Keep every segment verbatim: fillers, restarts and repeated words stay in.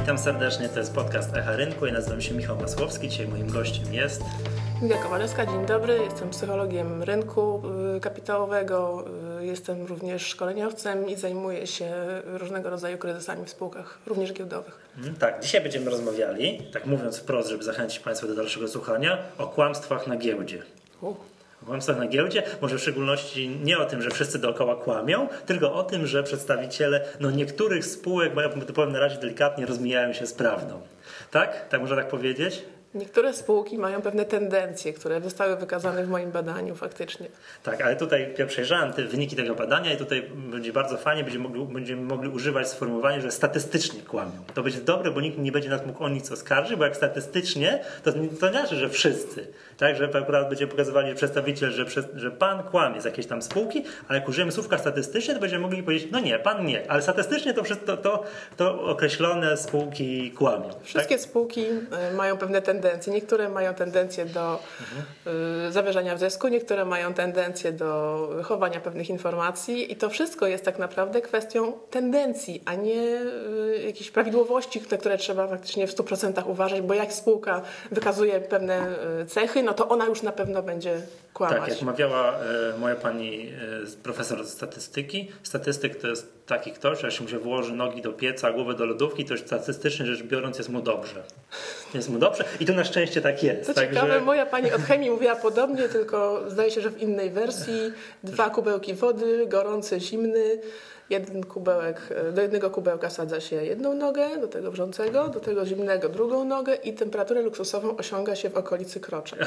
Witam serdecznie, to jest podcast Echa Rynku. Ja nazywam się Michał Masłowski. Dzisiaj moim gościem jest Iga Kowalewska, dzień dobry. Jestem psychologiem rynku kapitałowego. Jestem również szkoleniowcem i zajmuję się różnego rodzaju kryzysami w spółkach, również giełdowych. Hmm, tak, dzisiaj będziemy rozmawiali, tak mówiąc wprost, żeby zachęcić Państwa do dalszego słuchania, o kłamstwach na giełdzie. U. O kłamstwach na giełdzie, może w szczególności nie o tym, że wszyscy dookoła kłamią, tylko o tym, że przedstawiciele no, niektórych spółek, bo ja to powiem na razie delikatnie, rozmijają się z prawdą. Tak? Tak można tak powiedzieć? Niektóre spółki mają pewne tendencje, które zostały wykazane w moim badaniu faktycznie. Tak, ale tutaj ja przejrzałem te wyniki tego badania i tutaj będzie bardzo fajnie, będziemy mogli, będziemy mogli używać sformułowania, że statystycznie kłamią. To będzie dobre, bo nikt nie będzie nas mógł o nic oskarżyć, bo jak statystycznie, to to nie znaczy, że wszyscy. Tak, że akurat będziemy pokazywali, że przedstawiciel, że, że pan kłamie z jakiejś tam spółki, ale jak użyjemy słówka statystycznie, to będziemy mogli powiedzieć, no nie, pan nie, ale statystycznie to, to, to, to określone spółki kłamią. Wszystkie tak? spółki mają pewne tendencje. Niektóre mają tendencję do mhm. zawierzania w zysku, niektóre mają tendencję do chowania pewnych informacji i to wszystko jest tak naprawdę kwestią tendencji, a nie jakichś prawidłowości, na które trzeba faktycznie w stu procentach uważać, bo jak spółka wykazuje pewne cechy, no to ona już na pewno będzie kłamać. Tak, jak mawiała e, moja pani e, profesor statystyki, statystyk to jest taki ktoś, że się włoży nogi do pieca, głowę do lodówki, to już statystycznie rzecz biorąc jest mu dobrze. Jest mu dobrze i tu na szczęście tak jest. To tak, ciekawe, że... moja pani od chemii mówiła podobnie, tylko zdaje się, że w innej wersji. Dwa kubełki wody, gorący, zimny. Jeden kubełek, do jednego kubełka sadza się jedną nogę, do tego wrzącego, do tego zimnego drugą nogę i temperaturę luksusową osiąga się w okolicy krocza.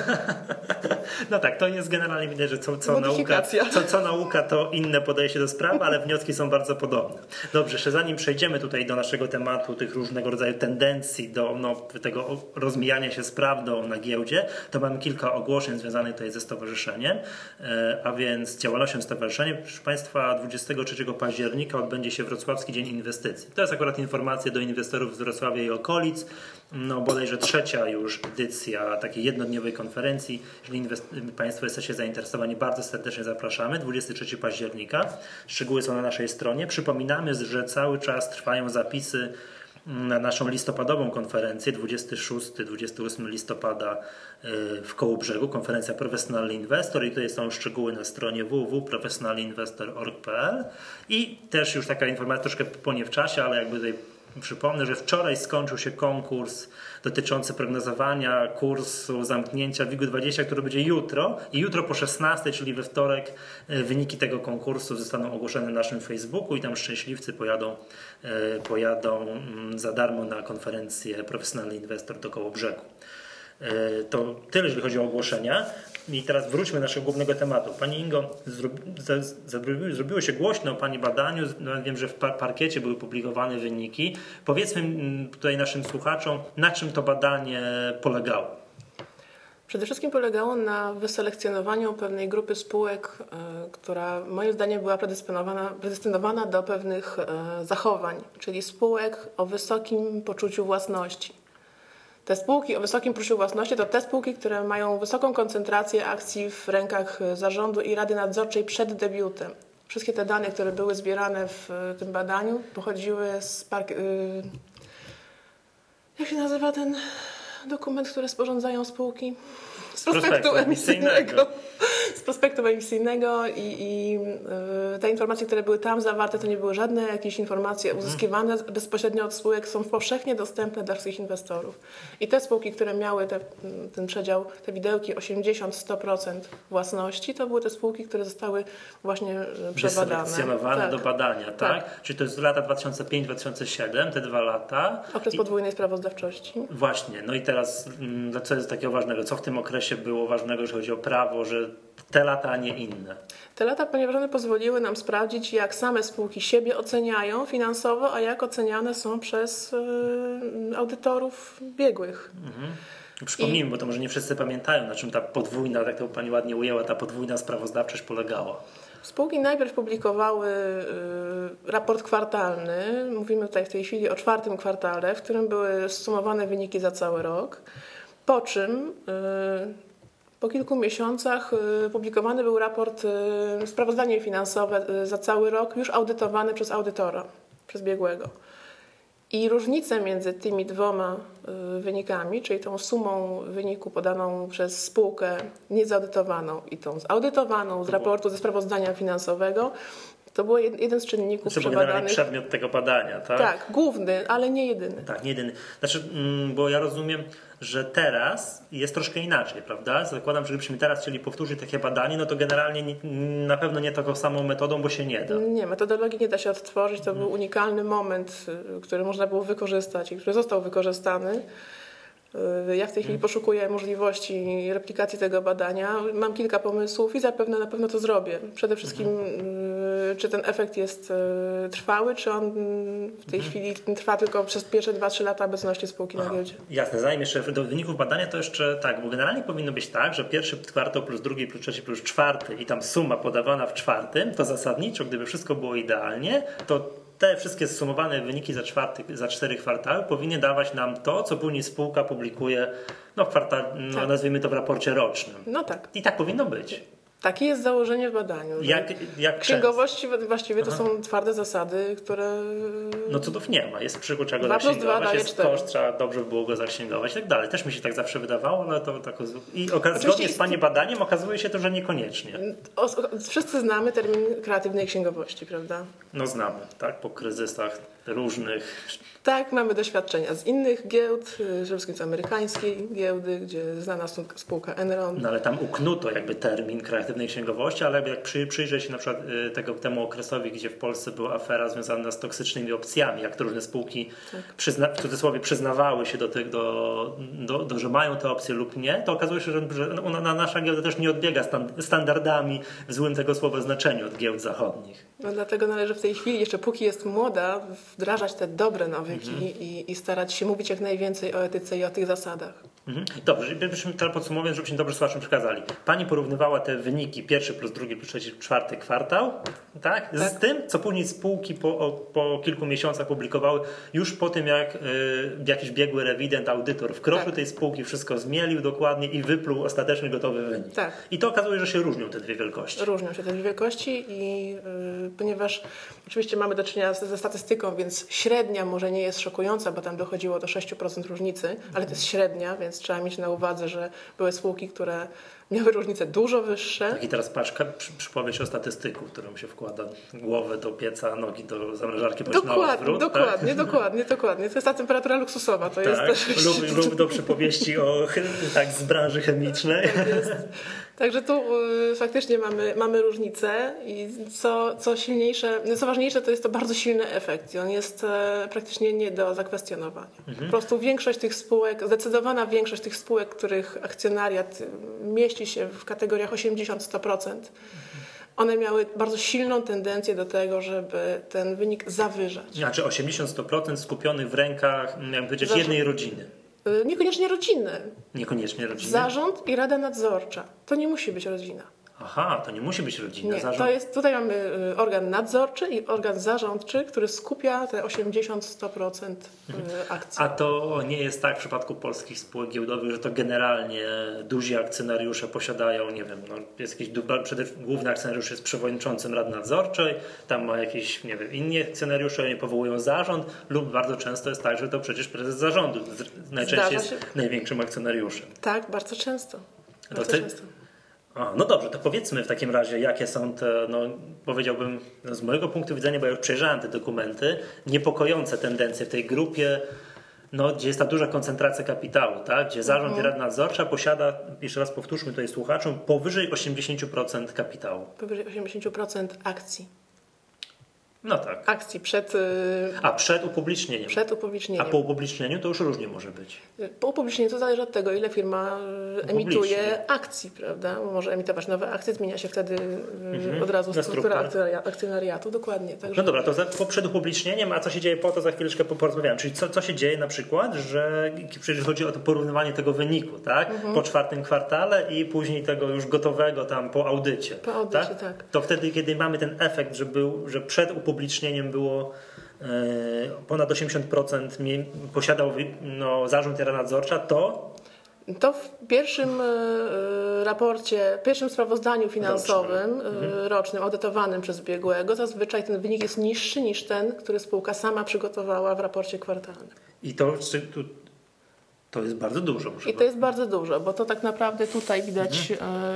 No tak, to jest generalnie widać, że co, co, nauka, co, co nauka to inne podejście do sprawy, ale wnioski są bardzo podobne. Dobrze, jeszcze zanim przejdziemy tutaj do naszego tematu, tych różnego rodzaju tendencji do no, tego rozmijania się z prawdą na giełdzie, to mamy kilka ogłoszeń związanych tutaj ze stowarzyszeniem, a więc działalnością stowarzyszenia. Proszę Państwa, dwudziestego trzeciego października odbędzie się Wrocławski Dzień Inwestycji. To jest akurat informacja do inwestorów z Wrocławia i okolic. No bodajże trzecia już edycja takiej jednodniowej konferencji. Jeżeli Państwo jesteście zainteresowani, bardzo serdecznie zapraszamy. dwudziestego trzeciego października. Szczegóły są na naszej stronie. Przypominamy, że cały czas trwają zapisy na naszą listopadową konferencję dwudziestego szóstego do dwudziestego ósmego listopada w Kołobrzegu, konferencja Professional Investor i tutaj są szczegóły na stronie w w w kropka professional inwestor kropka org kropka p l i też już taka informacja troszkę płynie w czasie, ale jakby tutaj przypomnę, że wczoraj skończył się konkurs dotyczący prognozowania kursu zamknięcia WIG-u dwadzieścia, który będzie jutro i jutro po szesnastej, czyli we wtorek wyniki tego konkursu zostaną ogłoszone na naszym Facebooku i tam szczęśliwcy pojadą, pojadą za darmo na konferencję Profesjonalny Inwestor do Kołobrzegu. To tyle, jeżeli chodzi o ogłoszenia. I teraz wróćmy do naszego głównego tematu. Pani Ingo, zrobiło się głośno o Pani badaniu. No, wiem, że w parkiecie były publikowane wyniki. Powiedzmy tutaj naszym słuchaczom, na czym to badanie polegało. Przede wszystkim polegało na wyselekcjonowaniu pewnej grupy spółek, która moim zdaniem była predestynowana, predestynowana do pewnych zachowań, czyli spółek o wysokim poczuciu własności. Te spółki o wysokim poczuciu własności to te spółki, które mają wysoką koncentrację akcji w rękach zarządu i rady nadzorczej przed debiutem. Wszystkie te dane, które były zbierane w tym badaniu, pochodziły z park... Jak się nazywa ten dokument, który sporządzają spółki? Z prospektu emisyjnego. Z prospektu emisyjnego i, i yy, te informacje, które były tam zawarte, to nie były żadne jakieś informacje uzyskiwane bezpośrednio od spółek, są powszechnie dostępne dla wszystkich inwestorów. I te spółki, które miały te, ten przedział, te widełki osiemdziesiąt do stu procent własności, to były te spółki, które zostały właśnie przebadane. Wyselekcjonowane tak. do badania, tak? tak? Czyli to jest lata dwa tysiące piąty do dwa tysiące siódmego, te dwa lata. Okres I... podwójnej sprawozdawczości. Właśnie, no i teraz co jest takiego ważnego? Co w tym okresie było ważnego, jeżeli chodzi o prawo, że te lata, a nie inne? Te lata, ponieważ one pozwoliły nam sprawdzić, jak same spółki siebie oceniają finansowo, a jak oceniane są przez yy, audytorów biegłych. Mhm. Przypomnijmy, I... bo to może nie wszyscy pamiętają, na czym ta podwójna, tak to Pani ładnie ujęła, ta podwójna sprawozdawczość polegała. Spółki najpierw publikowały y, raport kwartalny, mówimy tutaj w tej chwili o czwartym kwartale, w którym były zsumowane wyniki za cały rok, po czym y, po kilku miesiącach y, publikowany był raport, y, sprawozdanie finansowe y, za cały rok, już audytowane przez audytora, przez biegłego. I różnicę między tymi dwoma wynikami, czyli tą sumą wyniku podaną przez spółkę niezaudytowaną i tą zaudytowaną z raportu ze sprawozdania finansowego, to był jeden z czynników to przebadanych. To przedmiot tego badania, tak? Tak, główny, ale nie jedyny. Tak, nie jedyny. Znaczy, bo ja rozumiem, że teraz jest troszkę inaczej, prawda? Zakładam, że gdybyśmy teraz chcieli powtórzyć takie badanie, no to generalnie nie, na pewno nie taką samą metodą, bo się nie da. Nie, metodologii nie da się odtworzyć. To hmm. był unikalny moment, który można było wykorzystać i który został wykorzystany. Ja w tej chwili poszukuję możliwości replikacji tego badania. Mam kilka pomysłów i zapewne na pewno to zrobię. Przede wszystkim mhm. czy ten efekt jest trwały, czy on w tej mhm. chwili trwa tylko przez pierwsze dwa trzy lata obecności spółki Aha. na giełdzie. Jasne, zanim jeszcze do wyników badania, to jeszcze tak, bo generalnie powinno być tak, że pierwszy kwartał plus drugi plus trzeci plus czwarty i tam suma podawana w czwartym, to zasadniczo, gdyby wszystko było idealnie, to te wszystkie zsumowane wyniki za, czwarty, za cztery kwartały powinny dawać nam to, co później spółka publikuje, no, w kwartale, no tak. nazwijmy to w raporcie rocznym. No tak. I tak powinno być. Takie jest założenie w badaniu. Jak, jak księgowości właściwie to Aha. są twarde zasady, które... No cudów nie ma. Jest przykład, trzeba go zaksięgować, jest cztery. Koszt, trzeba dobrze było go zaksięgować i tak dalej. Też mi się tak zawsze wydawało, ale to tak... I okaz- zgodnie z Pani badaniem okazuje się to, że niekoniecznie. O, o, wszyscy znamy termin kreatywnej księgowości, prawda? No znamy, tak? Po kryzysach różnych... Tak, mamy doświadczenia z innych giełd, przede wszystkim z amerykańskiej giełdy, gdzie znana spółka Enron. No ale tam uknuto jakby termin kreatywnej księgowości, ale jak przy, przyjrzeć się na przykład tego, temu okresowi, gdzie w Polsce była afera związana z toksycznymi opcjami, jak to różne spółki tak. przyzna, w cudzysłowie przyznawały się do tych, do, do, do, że mają te opcje lub nie, to okazuje się, że, że ona, nasza giełda też nie odbiega standardami w złym tego słowa znaczeniu od giełd zachodnich. No dlatego należy w tej chwili, jeszcze póki jest młoda, wdrażać te dobre nawyki mhm. i, i starać się mówić jak najwięcej o etyce i o tych zasadach. Mhm. Dobrze, żebyśmy teraz podsumowując, żebyśmy dobrze słuchaczom przekazali. Pani porównywała te wyniki pierwszy plus drugi plus trzeci, czwarty kwartał, tak? Z tak. tym, co później spółki po, po kilku miesiącach publikowały, już po tym jak y, jakiś biegły rewident, audytor wkroczył tak. tej spółki, wszystko zmielił dokładnie i wypluł ostateczny gotowy wynik. Tak. I to okazuje, że się różnią te dwie wielkości. Różnią się te dwie wielkości i y, ponieważ oczywiście mamy do czynienia ze, ze statystyką, więc średnia może nie jest szokująca, bo tam dochodziło do sześć procent różnicy, ale to jest średnia, więc trzeba mieć na uwadze, że były spółki, które miały różnice dużo wyższe. Tak i teraz patrz, przy, przypowieść o statystyku, którą się wkłada głowę do pieca, nogi do zamrażarki bądź na odwrót. Dokładnie, tak? dokładnie, dokładnie. To jest ta temperatura luksusowa. To tak, jest też... lub, lub do przypowieści o, tak, z branży chemicznej. Tak jest. Także tu y, faktycznie mamy, mamy różnicę i co, co silniejsze, co ważniejsze, to jest to bardzo silny efekt i on jest e, praktycznie nie do zakwestionowania. Mhm. Po prostu większość tych spółek, zdecydowana większość tych spółek, których akcjonariat mieści się w kategoriach osiemdziesiąt do stu procent, one miały bardzo silną tendencję do tego, żeby ten wynik zawyżać. Znaczy osiemdziesiąt do stu procent skupionych w rękach, jakby powiedzieć, Zarząd... jednej rodziny. Niekoniecznie rodziny. Niekoniecznie rodziny. Zarząd i Rada Nadzorcza. To nie musi być rodzina. Aha, to nie musi być rodzina. Nie, Zarząd... to jest, tutaj mamy organ nadzorczy i organ zarządczy, który skupia te osiemdziesiąt do stu procent akcji. A to nie jest tak w przypadku polskich spółek giełdowych, że to generalnie duzi akcjonariusze posiadają, nie wiem, no jest jakiś przede główny akcjonariusz jest przewodniczącym Rady Nadzorczej, tam ma jakieś, nie wiem, inni akcjonariusze, nie powołują zarząd, lub bardzo często jest tak, że to przecież prezes zarządu najczęściej jest największym akcjonariuszem. Tak, bardzo często. Bardzo no ty... często. A, no dobrze, to powiedzmy w takim razie, jakie są te, no powiedziałbym, no z mojego punktu widzenia, bo ja już przejrzałem te dokumenty, niepokojące tendencje w tej grupie, no, gdzie jest ta duża koncentracja kapitału, tak? Gdzie zarząd mhm. i Rada Nadzorcza posiada, jeszcze raz powtórzmy tutaj słuchaczom, powyżej osiemdziesiąt procent kapitału. Powyżej osiemdziesiąt procent akcji. No tak. Akcji przed... A przed upublicznieniem. Przed upublicznieniem. A po upublicznieniu to już różnie może być. Po upublicznieniu to zależy od tego, ile firma emituje akcji, prawda? Może emitować nowe akcje, zmienia się wtedy mhm. od razu struktura akcjonariatu. Dokładnie. Także... No dobra, to za, po przed upublicznieniem, a co się dzieje po to, za chwileczkę porozmawiamy. Czyli co, co się dzieje na przykład, że przecież chodzi o to porównywanie tego wyniku, tak? Mhm. Po czwartym kwartale i później tego już gotowego tam po audycie. Po audycie, tak? tak. To wtedy, kiedy mamy ten efekt, że, był, że przed upublicznieniem Upublicznieniem było e, ponad osiemdziesiąt procent mi, posiadał no, zarząd i Rada Nadzorcza, to To w pierwszym raporcie, pierwszym sprawozdaniu finansowym rocznym, rocznym audytowanym przez biegłego zazwyczaj ten wynik jest niższy niż ten, który spółka sama przygotowała w raporcie kwartalnym. I to, to jest bardzo dużo. I to jest bardzo dużo, bo to tak naprawdę tutaj widać,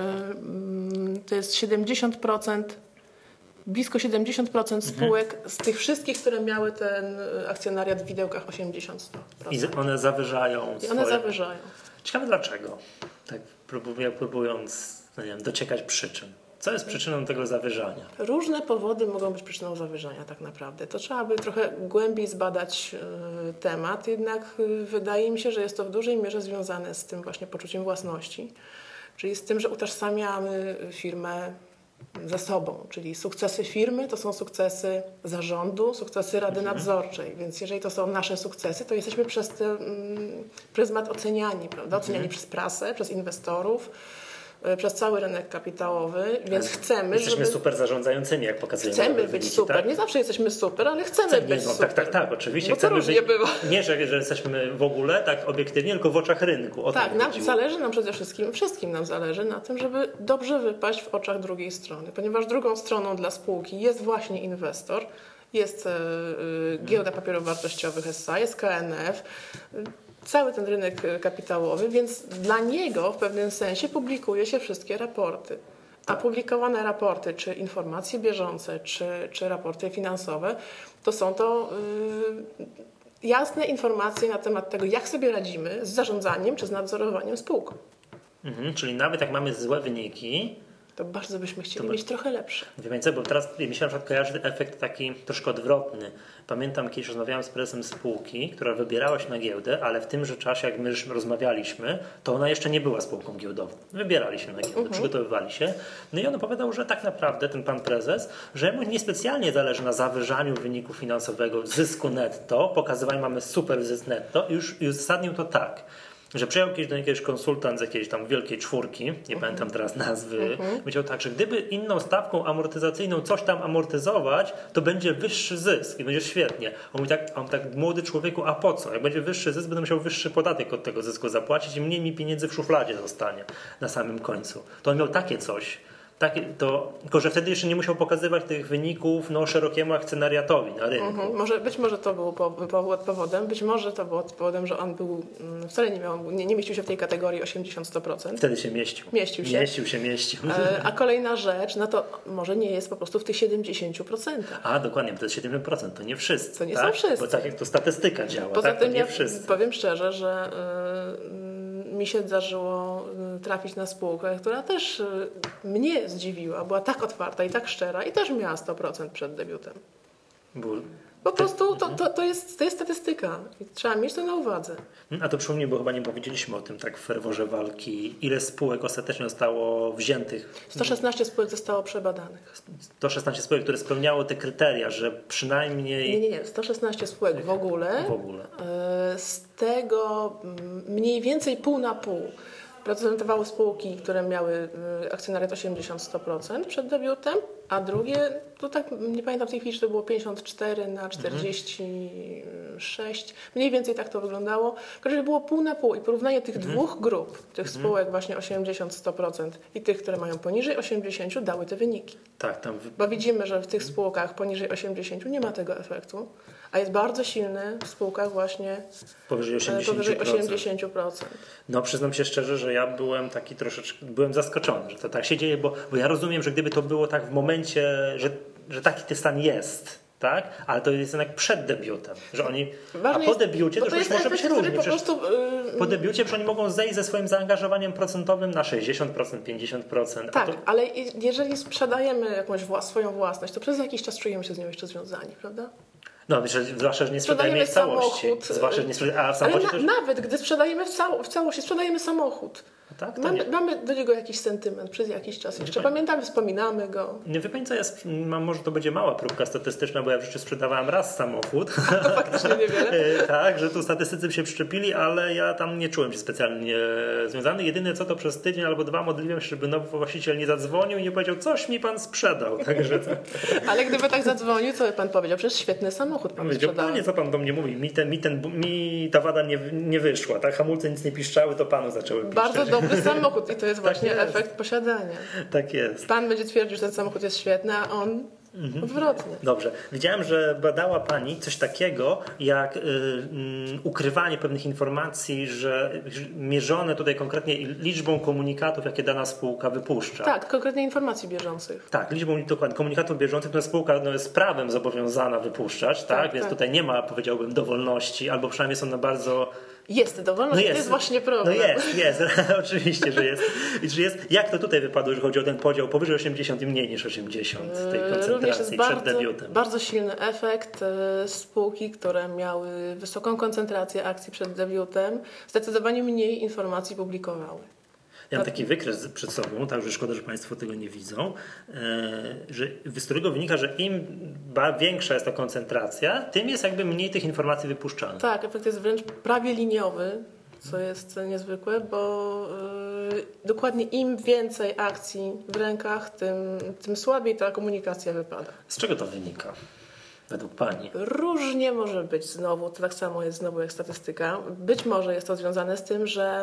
mhm. to jest siedemdziesiąt procent, blisko siedemdziesiąt procent spółek mhm. z tych wszystkich, które miały ten akcjonariat w widełkach osiemdziesiąt do stu procent. I one zawyżają. I one swoje... zawyżają. Ciekawe dlaczego, tak próbuję, próbując no nie wiem, dociekać przyczyn. Co jest przyczyną tego zawyżania? Różne powody mogą być przyczyną zawyżania tak naprawdę. To trzeba by trochę głębiej zbadać y, temat, jednak y, wydaje mi się, że jest to w dużej mierze związane z tym właśnie poczuciem własności, czyli z tym, że utożsamiamy firmę ze sobą, czyli sukcesy firmy to są sukcesy zarządu, sukcesy rady mhm. nadzorczej, więc jeżeli to są nasze sukcesy, to jesteśmy przez ten mm, pryzmat oceniani, prawda? Oceniani mhm. przez prasę, przez inwestorów, przez cały rynek kapitałowy, więc ale chcemy, jesteśmy żeby... super zarządzającymi, jak pokazujemy. Chcemy być wyniki, super. Tak? Nie zawsze jesteśmy super, ale chcemy, chcemy być no, super. Tak, tak, tak, oczywiście. Bo to różnie być, bywa. Nie, że, że jesteśmy w ogóle tak obiektywnie, tylko w oczach rynku. O tak, nam zależy nam przede wszystkim, wszystkim nam zależy na tym, żeby dobrze wypaść w oczach drugiej strony, ponieważ drugą stroną dla spółki jest właśnie inwestor, jest y, y, Giełda Papierów Wartościowych S A, jest K N F, y, cały ten rynek kapitałowy, więc dla niego w pewnym sensie publikuje się wszystkie raporty. A publikowane raporty, czy informacje bieżące, czy, czy raporty finansowe, to są to yy, jasne informacje na temat tego, jak sobie radzimy z zarządzaniem czy z nadzorowaniem spółką. Mhm, czyli nawet jak mamy złe wyniki, to bardzo byśmy chcieli to mieć trochę lepsze. Wie pani co, bo teraz mi się na przykład kojarzy efekt taki troszkę odwrotny. Pamiętam, kiedyś rozmawiałem z prezesem spółki, która wybierała się na giełdę, ale w tymże czasie, jak my rozmawialiśmy, to ona jeszcze nie była spółką giełdową. Wybierali się na giełdę, uh-huh. przygotowywali się. No i on opowiadał, że tak naprawdę ten pan prezes, że mu niespecjalnie zależy na zawyżaniu wyniku finansowego, zysku netto, pokazywaniu, mamy super zysk netto i już i uzasadnił to tak, że przyjechał kiedyś do jakiegoś konsultant z jakiejś tam wielkiej czwórki, nie uh-huh. pamiętam teraz nazwy, uh-huh. powiedział tak, że gdyby inną stawką amortyzacyjną coś tam amortyzować, to będzie wyższy zysk i będzie świetnie. On mówi tak, on tak, młody człowieku, a po co? Jak będzie wyższy zysk, będę musiał wyższy podatek od tego zysku zapłacić i mniej mi pieniędzy w szufladzie zostanie na samym końcu. To on miał takie coś. Takie, to, tylko że wtedy jeszcze nie musiał pokazywać tych wyników no, szerokiemu akcjonariatowi na rynku. Mhm. Może, być może to było powodem, być może to było powodem, że on był, wcale nie, miał, nie, nie mieścił się w tej kategorii osiemdziesiąt do stu procent. Wtedy się mieścił. Mieścił się. Mieścił się, mieścił. A kolejna rzecz, no to może nie jest po prostu w tych siedemdziesięciu procentach. A dokładnie, to jest siedemdziesiąt procent, to nie wszyscy. To nie tak? są wszyscy. Bo tak jak to statystyka działa, Poza tak? tym to nie ja wszyscy. Powiem szczerze, że yy, mi się zdarzyło trafić na spółkę, która też mnie zdziwiła, była tak otwarta i tak szczera i też miała sto procent przed debiutem. Bo po prostu to, to, to, jest, to jest statystyka i trzeba mieć to na uwadze. A to przypomnij, bo chyba nie powiedzieliśmy o tym tak w ferworze walki. Ile spółek ostatecznie zostało wziętych? sto szesnaście spółek zostało przebadanych. sto szesnaście spółek, które spełniało te kryteria, że przynajmniej... Nie, nie, nie. sto szesnaście spółek w ogóle. W ogóle. Z tego mniej więcej pół na pół reprezentowały spółki, które miały akcjonariat osiemdziesiąt do stu procent przed debiutem, a drugie, to tak nie pamiętam w tej chwili, czy to było pięćdziesiąt cztery na czterdzieści sześć, mniej więcej tak to wyglądało. Każdy było pół na pół i porównanie tych mhm. dwóch grup, tych mhm. spółek właśnie osiemdziesiąt do stu procent i tych, które mają poniżej osiemdziesiąt, dały te wyniki. Tak, tam... Bo widzimy, że w tych spółkach poniżej osiemdziesiąt nie ma tego efektu, a jest bardzo silny w spółkach właśnie powyżej osiemdziesiąt procent. Powyżej osiemdziesiąt procent. No przyznam się szczerze, że ja byłem taki troszeczkę, byłem zaskoczony, że to tak się dzieje, bo, bo ja rozumiem, że gdyby to było tak w momencie, że, że taki ten stan jest, tak? Ale to jest jednak przed debiutem, że oni, Ważne a po debiucie jest, to, to już może być różnie. Po, prostu, yy... po debiucie przecież oni mogą zejść ze swoim zaangażowaniem procentowym na sześćdziesiąt procent, pięćdziesiąt procent. Tak, to... ale jeżeli sprzedajemy jakąś włas- swoją własność, to przez jakiś czas czujemy się z nią jeszcze związani, prawda? No, zwłaszcza, że nie sprzedajemy jej w całości. Samochód, zwłaszcza, że nie sprzedajemy, a w ale samochodzie na, też... nawet gdy sprzedajemy w, cał- w całości, sprzedajemy samochód. Tak? To mamy, nie... mamy do niego jakiś sentyment przez jakiś czas jeszcze. Pamiętamy, wspominamy go. Nie wie pani co, ja mam, może to będzie mała próbka statystyczna, bo ja w życiu sprzedawałem raz samochód. To faktycznie niewiele. Tak, że tu statystycy się przyczepili, ale ja tam nie czułem się specjalnie związany. Jedyne co to przez tydzień albo dwa modliłem się, żeby nowy właściciel nie zadzwonił i nie powiedział, coś mi pan sprzedał. Także to... Ale gdyby tak zadzwonił, co by pan powiedział? Przecież świetny samochód pan powiedział, sprzedał. panie, co pan do mnie mówi? Mi, ten, mi, ten, mi ta wada nie, nie wyszła, tak? Hamulce nic nie piszczały, to panu zaczęły piszczeć. Bardzo dobry samochód i to jest właśnie tak jest. efekt posiadania. Tak jest. Pan będzie twierdził, że ten samochód jest świetny, a on mhm. odwrotnie. Dobrze. Widziałem, że badała pani coś takiego, jak y, y, ukrywanie pewnych informacji, że, że mierzone tutaj konkretnie liczbą komunikatów, jakie dana spółka wypuszcza. Tak, konkretnie informacji bieżących. Tak, liczbą dokładnie komunikatów bieżących, które spółka no, jest prawem zobowiązana wypuszczać, tak? tak Więc tak. tutaj nie ma, powiedziałbym, dowolności, albo przynajmniej są na bardzo... Jest dowolność, no jest. To jest właśnie problem. No jest, jest, oczywiście, że jest. I że jest. Jak to tutaj wypadło, że chodzi o ten podział powyżej osiemdziesiąt i mniej niż osiemdziesiąt tej koncentracji Również jest przed bardzo, debiutem? Bardzo silny efekt. Spółki, które miały wysoką koncentrację akcji przed debiutem, zdecydowanie mniej informacji publikowały. Ja mam taki wykres przed sobą, także szkoda, że Państwo tego nie widzą, że, z którego wynika, że im większa jest ta koncentracja, tym jest jakby mniej tych informacji wypuszczane. Tak, efekt jest wręcz prawie liniowy, co jest niezwykłe, bo yy, dokładnie im więcej akcji w rękach, tym, tym słabiej ta komunikacja wypada. Z czego to wynika? Według Pani? Różnie może być znowu, to tak samo jest znowu jak statystyka. Być może jest to związane z tym, że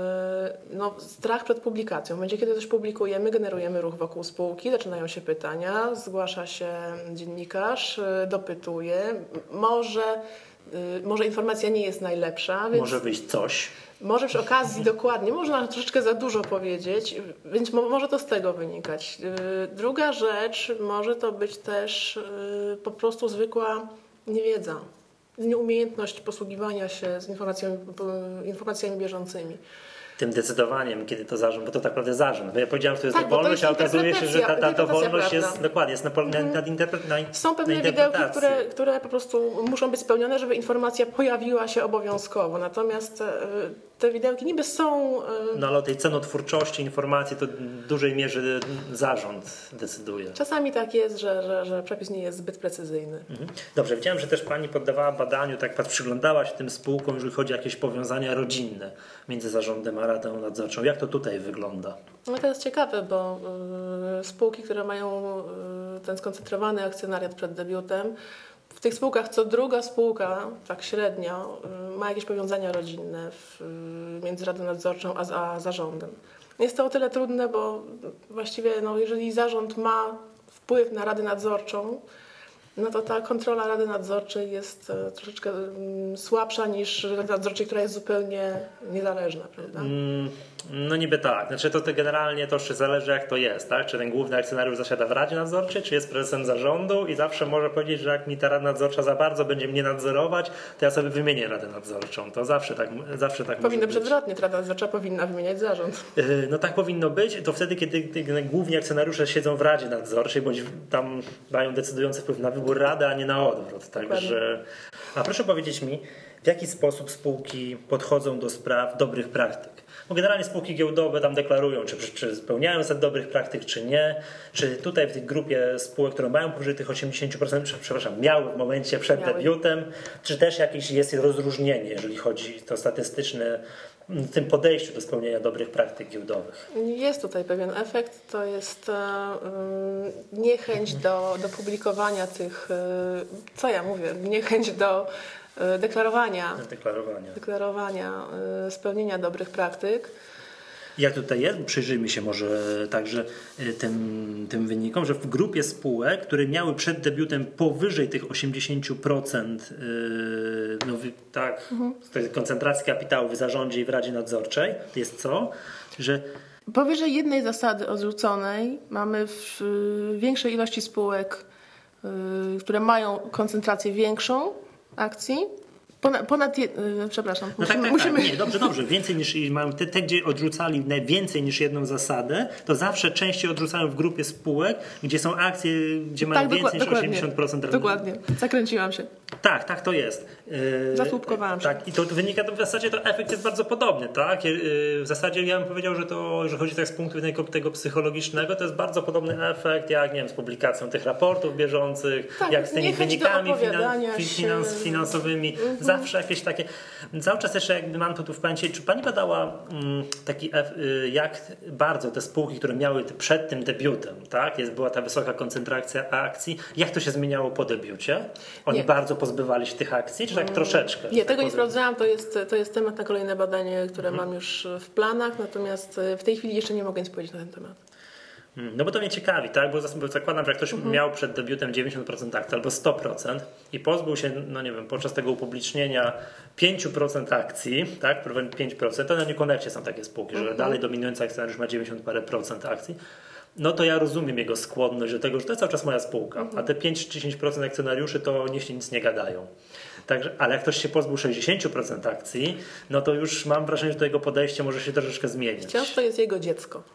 yy, no, strach przed publikacją. W momencie, kiedy coś publikujemy, generujemy ruch wokół spółki, zaczynają się pytania, zgłasza się dziennikarz, yy, dopytuje. Może, yy, może informacja nie jest najlepsza. Więc... Może wyjść coś. Może przy okazji dokładnie, można troszeczkę za dużo powiedzieć, więc mo- może to z tego wynikać. Yy, druga rzecz, może to być też yy, po prostu zwykła niewiedza, nieumiejętność posługiwania się z informacjami, informacjami bieżącymi. Tym decydowaniem, kiedy to zarząd, bo to tak naprawdę zarząd. Bo ja powiedziałem, że to jest tak, dowolność, a okazuje się, że ta, ta dowolność jest prawda. dokładnie jest na, na, na, interpre, na Są pewne widełki, które, które po prostu muszą być spełnione, żeby informacja pojawiła się obowiązkowo. Natomiast yy, te widełki niby są... Yy... No ale o tej cenotwórczości informacji to w dużej mierze zarząd decyduje. Czasami tak jest, że, że, że przepis nie jest zbyt precyzyjny. Mhm. Dobrze, widziałem, że też Pani poddawała badaniu, tak przyglądała się tym spółkom, jeżeli chodzi o jakieś powiązania rodzinne między zarządem a radą nadzorczą. Jak to tutaj wygląda? No to jest ciekawe, bo y, spółki, które mają y, ten skoncentrowany akcjonariat przed debiutem, w tych spółkach co druga spółka, tak średnio, y, ma jakieś powiązania rodzinne w, y, między radą nadzorczą a, a zarządem. Jest to o tyle trudne, bo właściwie no, jeżeli zarząd ma wpływ na radę nadzorczą, no to ta kontrola Rady Nadzorczej jest e, troszeczkę mm, słabsza niż Rada Nadzorczej, która jest zupełnie niezależna, prawda? Mm, no niby tak. Znaczy to, to generalnie to jeszcze zależy jak to jest, tak? Czy ten główny akcjonariusz zasiada w Radzie Nadzorczej, czy jest prezesem zarządu i zawsze może powiedzieć, że jak mi ta Rada Nadzorcza za bardzo będzie mnie nadzorować, to ja sobie wymienię Radę Nadzorczą. To zawsze tak, zawsze tak Powinno może być. przewrotnie, Rada Nadzorcza powinna wymieniać zarząd. Yy, no tak powinno być. To wtedy, kiedy, kiedy główni akcjonariusze siedzą w Radzie Nadzorczej, bądź tam mają decydujący wpływ na wybór Rady, a nie na odwrót. Także... A proszę powiedzieć mi, w jaki sposób spółki podchodzą do spraw dobrych praktyk? Bo generalnie spółki giełdowe tam deklarują, czy, czy spełniają set dobrych praktyk, czy nie. Czy tutaj w tej grupie spółek, które mają powyżej tych osiemdziesiąt procent, przepraszam, miały w momencie przed miały. debiutem, czy też jakieś jest rozróżnienie, jeżeli chodzi o to statystyczne, w tym podejściu do spełnienia dobrych praktyk giełdowych? Jest tutaj pewien efekt, to jest um, niechęć do, do publikowania tych, co ja mówię, niechęć do deklarowania, deklarowania. deklarowania spełnienia dobrych praktyk. Jak tutaj jest? Przyjrzyjmy się może także tym, tym wynikom, że w grupie spółek, które miały przed debiutem powyżej tych osiemdziesiąt procent yy, no, tak, mhm. to jest koncentracji kapitału w zarządzie i w Radzie Nadzorczej, jest co? Że powyżej jednej zasady odrzuconej mamy w większej ilości spółek, yy, które mają koncentrację większą akcji, Ponad, ponad je, yy, przepraszam, no musimy, tak, tak, musimy... tak. Nie, dobrze, dobrze. Więcej niż mają te, te, gdzie odrzucali więcej niż jedną zasadę, to zawsze częściej odrzucają w grupie spółek, gdzie są akcje, gdzie mają tak, więcej dokładnie, niż osiemdziesiąt procent. Dokładnie, zakręciłam się. Tak, tak to jest. Yy, Zasłupkowałam się. Tak, i to wynika, to w zasadzie to efekt jest bardzo podobny, tak? Yy, w zasadzie ja bym powiedział, że to, że chodzi tak z punktu widzenia tego psychologicznego, to jest bardzo podobny efekt, jak nie wiem, z publikacją tych raportów bieżących, tak, jak z tymi wynikami finan, finans, finansowymi. Mm-hmm. Zawsze jakieś takie, cały czas jeszcze jakby mam to tu w pamięci, czy pani badała mm, taki, jak bardzo te spółki, które miały przed tym debiutem, tak? Jest, była ta wysoka koncentracja akcji, jak to się zmieniało po debiucie? Oni nie. bardzo pozbywali się tych akcji, czy tak hmm. troszeczkę? Nie, tego nie sprawdzałam, to jest, to jest temat na kolejne badanie, które hmm. mam już w planach, natomiast w tej chwili jeszcze nie mogę nic powiedzieć na ten temat. No bo to mnie ciekawi, tak? Bo zakładam, że jak ktoś mhm. miał przed debiutem dziewięćdziesiąt procent akcji albo sto procent i pozbył się, no nie wiem, podczas tego upublicznienia pięć procent akcji, tak? pięć procent, to na niekoniecznie są takie spółki, mhm. że dalej dominujący akcjonariusz ma dziewięćdziesiąt parę procent akcji. No to ja rozumiem jego skłonność do tego, że to jest cały czas moja spółka, mhm. a te pięć czy dziesięć procent akcjonariuszy to nie się nic nie gadają. Także, ale jak ktoś się pozbył sześćdziesiąt procent akcji, no to już mam wrażenie, że to jego podejście może się troszeczkę zmienić. Wciąż to jest jego dziecko.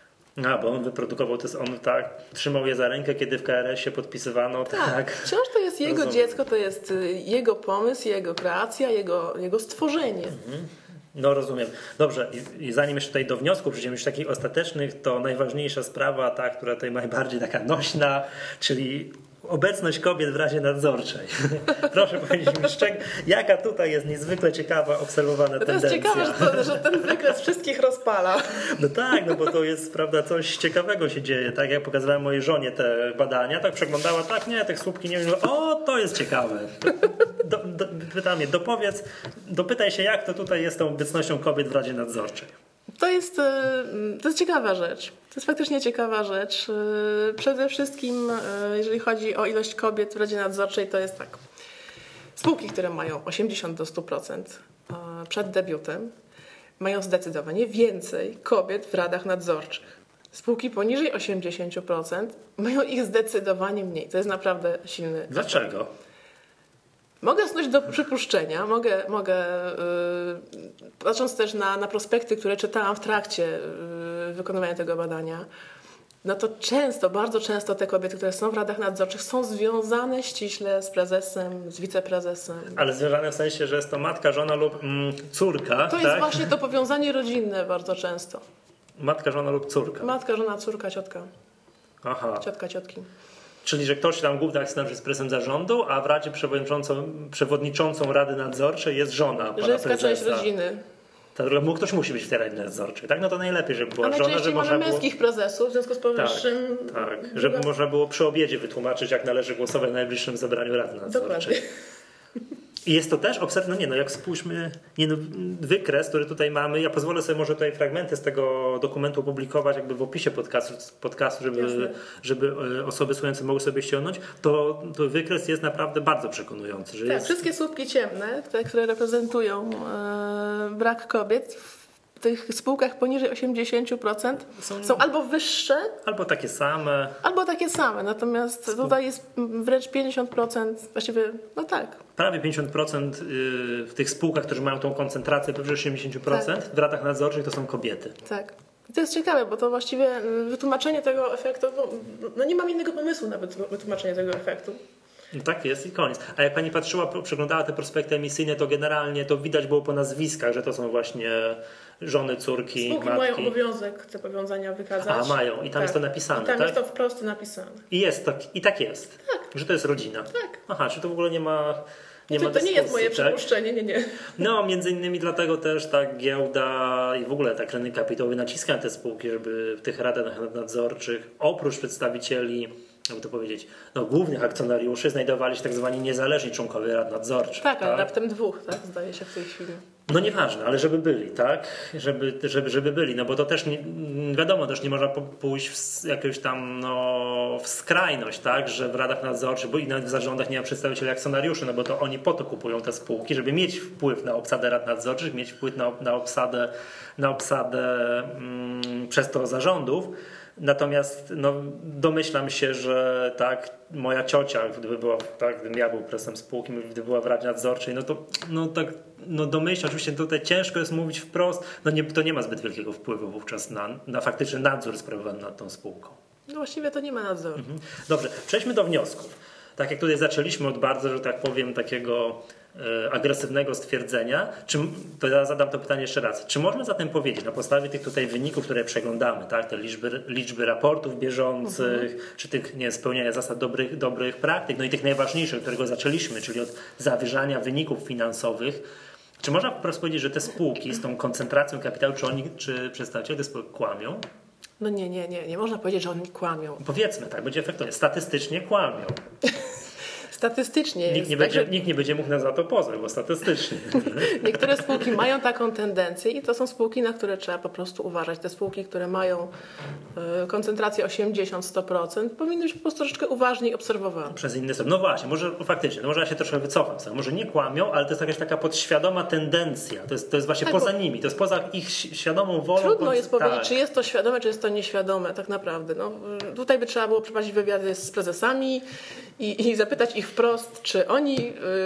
A, bo on wyprodukował, to jest on tak, trzymał je za rękę, kiedy w K R S ie podpisywano. Tak, tak. Wciąż to jest jego Rozumiem. dziecko, to jest jego pomysł, jego kreacja, jego, jego stworzenie. Mhm. No rozumiem. Dobrze, i, i zanim jeszcze tutaj do wniosków przejdziemy już takich ostatecznych, to najważniejsza sprawa, ta, która tutaj najbardziej taka nośna, czyli obecność kobiet w Radzie Nadzorczej. Proszę powiedzieć mi, szczeg- jaka tutaj jest niezwykle ciekawa, obserwowana to tendencja. To jest ciekawe, że, to, że ten wykres wszystkich rozpala. No tak, no bo to jest, prawda, coś ciekawego się dzieje. Tak jak pokazywałem mojej żonie te badania, tak przeglądała, tak, nie, tych słupki nie wiem, o, to jest ciekawe. Do, do, pytam je, dopowiedz, dopytaj się, jak to tutaj jest z tą obecnością kobiet w Radzie Nadzorczej. To jest, to jest ciekawa rzecz. To jest faktycznie ciekawa rzecz. Przede wszystkim, jeżeli chodzi o ilość kobiet w Radzie Nadzorczej, to jest tak. Spółki, które mają osiemdziesiąt do stu procent przed debiutem, mają zdecydowanie więcej kobiet w radach nadzorczych. Spółki poniżej osiemdziesiąt procent mają ich zdecydowanie mniej. To jest naprawdę silny. Dlaczego? Mogę znać do przypuszczenia, mogę, mogę yy, patrząc też na, na prospekty, które czytałam w trakcie yy, wykonywania tego badania, no to często, bardzo często te kobiety, które są w radach nadzorczych, są związane ściśle z prezesem, z wiceprezesem. Ale związane w sensie, że jest to matka, żona lub mm, córka. To tak? jest właśnie to powiązanie rodzinne bardzo często. Matka, żona lub córka. Matka, żona, córka, ciotka. Aha. Ciotka, ciotki. Czyli, że ktoś tam główny akcjonariusz jest prezesem zarządu, a w Radzie przewodniczącą, przewodniczącą Rady Nadzorczej jest żona pana Żeńska prezesa. część rodziny. To ktoś musi być w tej Radzie Nadzorczej, tak? No to najlepiej, żeby była a żona, żeby można było... męskich prezesów, w związku z powyższym... Tak, tak. Żeby można było przy obiedzie wytłumaczyć, jak należy głosować w najbliższym zebraniu Rady Nadzorczej. Dokładnie. I jest to też obserw... No nie, no jak spójrzmy, nie no, wykres, który tutaj mamy, ja pozwolę sobie może tutaj fragmenty z tego dokumentu opublikować jakby w opisie podcastu, podcastu żeby, żeby osoby słuchające mogły sobie ściągnąć, to, to wykres jest naprawdę bardzo przekonujący. Że tak, jest... wszystkie słupki ciemne, te, które reprezentują e, brak kobiet w tych spółkach poniżej osiemdziesiąt procent są, są albo wyższe, albo takie same. Albo takie same, natomiast Spół... tutaj jest wręcz pięćdziesiąt procent, właściwie, no tak. Prawie pięćdziesiąt procent w tych spółkach, które mają tą koncentrację powyżej osiemdziesiąt procent, tak. W radach nadzorczych to są kobiety. Tak. I to jest ciekawe, bo to właściwie wytłumaczenie tego efektu, no, no nie mam innego pomysłu na wytłumaczenie tego efektu. No tak jest i koniec. A jak pani patrzyła, przeglądała te prospekty emisyjne, to generalnie to widać było po nazwiskach, że to są właśnie żony, córki, spółki matki. mają obowiązek te powiązania wykazać. A, mają. I tam tak. jest to napisane, I tam tak? jest to wprost napisane. I jest tak, i tak jest. Tak. Że to jest rodzina. Tak. Aha, czy to w ogóle nie ma... Nie to, ma to nie jest moje tak? przypuszczenie, nie, nie. No, między innymi dlatego też tak giełda i w ogóle tak rynek kapitałowy naciska te spółki, żeby w tych radach nadzorczych oprócz przedstawicieli, jakby to powiedzieć, no, głównych akcjonariuszy znajdowali się tak zwani niezależni czonkowie rad nadzorczych. Tak, ale tak? raptem dwóch, tak, zdaje się w tej chwili. No nieważne, ale żeby byli, tak? Żeby, żeby, żeby byli, no bo to też nie, wiadomo, też nie można pójść w jakąś tam no, w skrajność, tak? Że w radach nadzorczych, bo i nawet w zarządach nie ma przedstawicieli akcjonariuszy, no bo to oni po to kupują te spółki, żeby mieć wpływ na obsadę rad nadzorczych, mieć wpływ na, na obsadę, na obsadę mm, przez to zarządów. Natomiast no, domyślam się, że tak, moja ciocia, gdyby była, tak, gdybym ja był prezesem spółki, gdyby była w Radzie Nadzorczej, no to no, tak, no domyślam, oczywiście tutaj ciężko jest mówić wprost, no nie, to nie ma zbyt wielkiego wpływu wówczas na, na faktyczny nadzór sprawowany nad tą spółką. No właściwie to nie ma nadzoru. Mhm. Dobrze, przejdźmy do wniosków. Tak jak tutaj zaczęliśmy od bardzo, że tak powiem, takiego e, agresywnego stwierdzenia, czy, to ja zadam to pytanie jeszcze raz. Czy można zatem powiedzieć na podstawie tych tutaj wyników, które przeglądamy, tak, te liczby, liczby raportów bieżących, mhm. czy tych nie, spełniania zasad dobrych, dobrych praktyk, no i tych najważniejszych, którego zaczęliśmy, czyli od zawyżania wyników finansowych, czy można po prostu powiedzieć, że te spółki z tą koncentracją kapitału, czy oni, czy przedstawiciele tych spółek kłamią? No nie, nie, nie. Nie można powiedzieć, że oni kłamią. Powiedzmy tak, będzie efektownie. Statystycznie kłamią. Statystycznie nikt jest. Nie będzie, że... Nikt nie będzie mógł nas za to pozwać, bo statystycznie. Niektóre spółki mają taką tendencję i to są spółki, na które trzeba po prostu uważać. Te spółki, które mają y, koncentrację osiemdziesiąt do stu procent, powinny być po prostu troszeczkę uważniej obserwowane. Przez inne strony. No właśnie, może faktycznie, no może ja się troszkę wycofam. Sobie. Może nie kłamią, ale to jest jakaś taka podświadoma tendencja. To jest, to jest właśnie tak, poza nimi, to jest poza ich świadomą wolą. Trudno jest tak. powiedzieć, czy jest to świadome, czy jest to nieświadome tak naprawdę. No, tutaj by trzeba było przeprowadzić wywiady z prezesami i, i zapytać ich wprost, czy oni...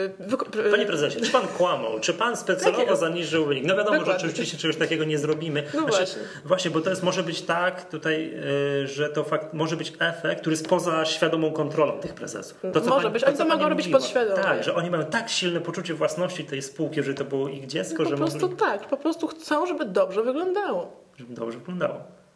Yy, Panie prezesie, czy pan kłamał? Czy pan specjalowo tak zaniżył wynik? No wiadomo, Dokładnie. że oczywiście czegoś takiego nie zrobimy. No znaczy, właśnie. Właśnie, bo to jest, może być tak tutaj, yy, że to fakt, może być efekt, który jest poza świadomą kontrolą tych prezesów. To, co może pani, być, to, oni to mogą mówiła. robić podświadomie. Tak, że oni mają tak silne poczucie własności tej spółki, że to było ich dziecko, no, że po prostu mogli... tak, po prostu chcą, żeby dobrze wyglądało. Żeby dobrze wyglądało.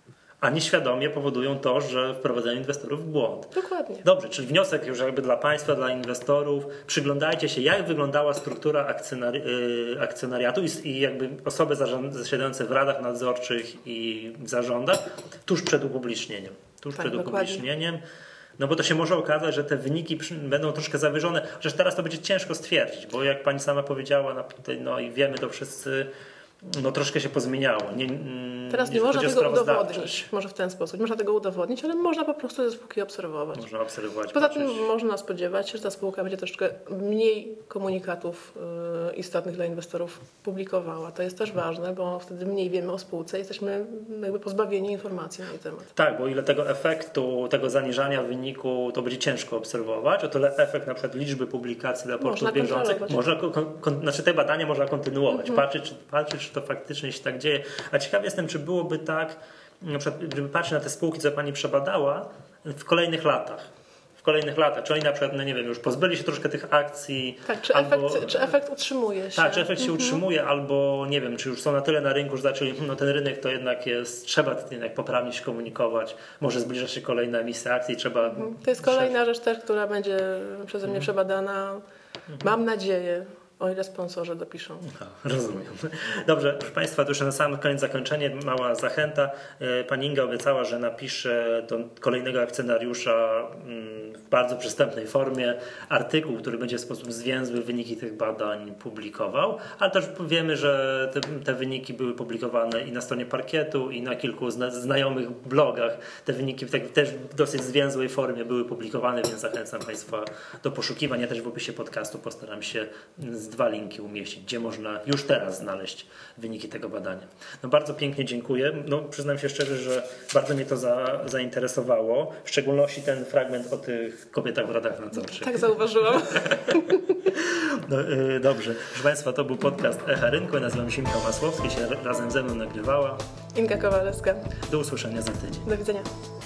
A nieświadomie powodują to, że wprowadzają inwestorów w błąd. Dokładnie. Dobrze, czyli wniosek już jakby dla państwa, dla inwestorów. Przyglądajcie się, jak wyglądała struktura akcjonari akcjonariatu i, i jakby osoby zasiadające w radach nadzorczych i w zarządach tuż przed upublicznieniem. Tuż tak, przed dokładnie. upublicznieniem. No bo to się może okazać, że te wyniki będą troszkę zawyżone, chociaż teraz to będzie ciężko stwierdzić, bo jak pani sama powiedziała, no i wiemy to wszyscy, no troszkę się pozmieniało. Nie, Teraz nie można tego udowodnić, może w ten sposób. Można tego udowodnić, ale można po prostu te spółki obserwować. Można obserwować. Poza patrzeć. tym można spodziewać się, że ta spółka będzie troszkę mniej komunikatów y, istotnych dla inwestorów publikowała. To jest też ważne, bo wtedy mniej wiemy o spółce i jesteśmy jakby pozbawieni informacji na jej temat. Tak, bo ile tego efektu, tego zaniżania wyniku, to będzie ciężko obserwować, o tyle efekt na przykład liczby publikacji raportów bieżących, można, znaczy te badania można kontynuować, mhm. patrzeć, czy, patrzeć, czy to faktycznie się tak dzieje. A ciekaw jestem, czy byłoby tak, na przykład, żeby patrzeć na te spółki, co pani przebadała w kolejnych latach. W kolejnych latach. Czy oni na przykład, no nie wiem, już pozbyli się troszkę tych akcji. Tak, czy, albo, efekt, czy efekt utrzymuje się. Tak, czy efekt się mhm. utrzymuje, albo nie wiem, czy już są na tyle na rynku, że zaczęli, no ten rynek to jednak jest, trzeba jednak poprawnie się komunikować. Może zbliża się kolejna emisja akcji, trzeba... Mhm. To jest kolejna rzecz też, która będzie przeze mnie mhm. przebadana. Mhm. Mam nadzieję. O ile sponsorzy dopiszą. Aha, rozumiem. Dobrze, proszę Państwa, to już na sam koniec zakończenie, mała zachęta. Pani Inga obiecała, że napisze do kolejnego akcjonariusza w bardzo przystępnej formie artykuł, który będzie w sposób zwięzły wyniki tych badań publikował, ale też wiemy, że te, te wyniki były publikowane i na stronie Parkietu, i na kilku zna, znajomych blogach. Te wyniki w tak, też w dosyć zwięzłej formie były publikowane, więc zachęcam Państwa do poszukiwania. Ja też w opisie podcastu postaram się z dwa linki umieścić, gdzie można już teraz znaleźć wyniki tego badania. No bardzo pięknie dziękuję. No przyznam się szczerze, że bardzo mnie to za, zainteresowało. W szczególności ten fragment o tych kobietach w radach nadzorczych. Tak zauważyłam. No, yy, dobrze. Proszę Państwa, to był podcast Echa Rynku. Ja nazywam się Michał Masłowski, się razem ze mną nagrywała Inga Kowalewska. Do usłyszenia za tydzień. Do widzenia.